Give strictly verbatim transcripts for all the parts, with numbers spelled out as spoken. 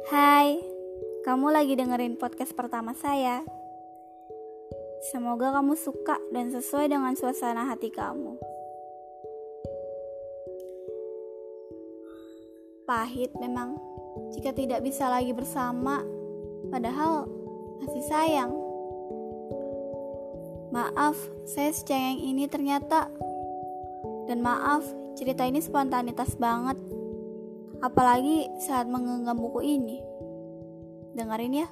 Hai, kamu lagi dengerin podcast pertama saya. Semoga kamu suka dan sesuai dengan suasana hati kamu. Pahit memang jika tidak bisa lagi bersama, padahal masih sayang. Maaf, saya secengeng ini ternyata. Dan maaf, cerita ini spontanitas banget. Apalagi saat menggenggam buku ini. Dengerin ya.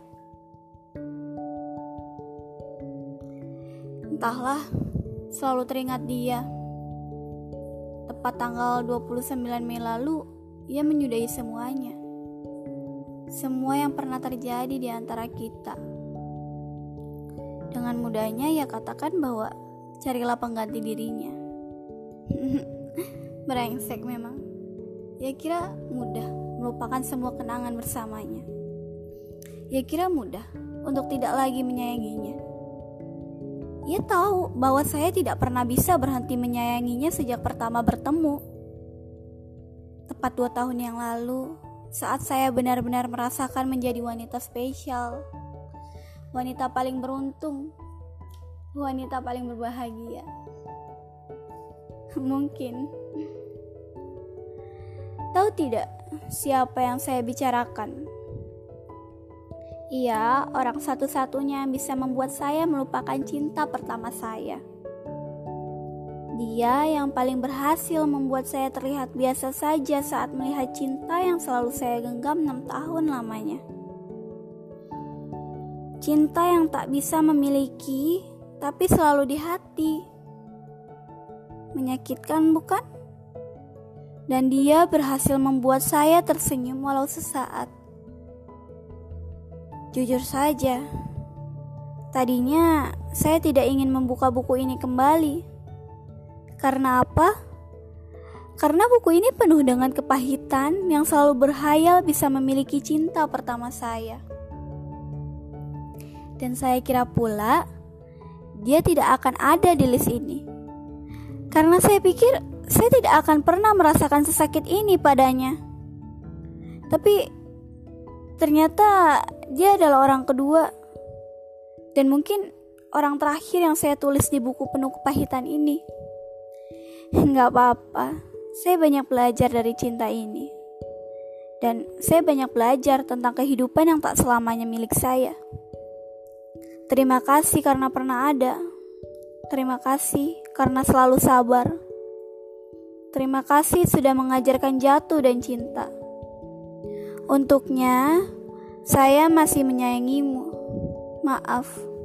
Entahlah, selalu teringat dia. Tepat tanggal dua puluh sembilan Mei lalu, ia menyudahi semuanya. Semua yang pernah terjadi di antara kita. Dengan mudahnya ia katakan bahwa carilah pengganti dirinya. Brengsek memang. Ya kira mudah melupakan semua kenangan bersamanya. Ya kira mudah untuk tidak lagi menyayanginya. Ia tahu bahwa saya tidak pernah bisa berhenti menyayanginya sejak pertama bertemu. Tepat dua tahun yang lalu, saat saya benar-benar merasakan menjadi wanita spesial, wanita paling beruntung, wanita paling berbahagia. Mungkin. Tahu tidak siapa yang saya bicarakan? Ia orang satu-satunya yang bisa membuat saya melupakan cinta pertama saya. Dia yang paling berhasil membuat saya terlihat biasa saja saat melihat cinta yang selalu saya genggam enam tahun lamanya. Cinta yang tak bisa memiliki, tapi selalu di hati. Menyakitkan bukan? Dan dia berhasil membuat saya tersenyum walau sesaat. Jujur saja, tadinya saya tidak ingin membuka buku ini kembali. Karena apa? Karena buku ini penuh dengan kepahitan yang selalu berhayal bisa memiliki cinta pertama saya. Dan saya kira pula, dia tidak akan ada di list ini. Karena saya pikir saya tidak akan pernah merasakan sesakit ini padanya. Tapi ternyata dia adalah orang kedua. Dan mungkin orang terakhir yang saya tulis di buku penuh kepahitan ini. Enggak apa-apa, saya banyak belajar dari cinta ini. Dan saya banyak belajar tentang kehidupan yang tak selamanya milik saya. Terima kasih karena pernah ada. Terima kasih karena selalu sabar. Terima kasih sudah mengajarkan jatuh dan cinta. Untuknya, saya masih menyayangimu. Maaf.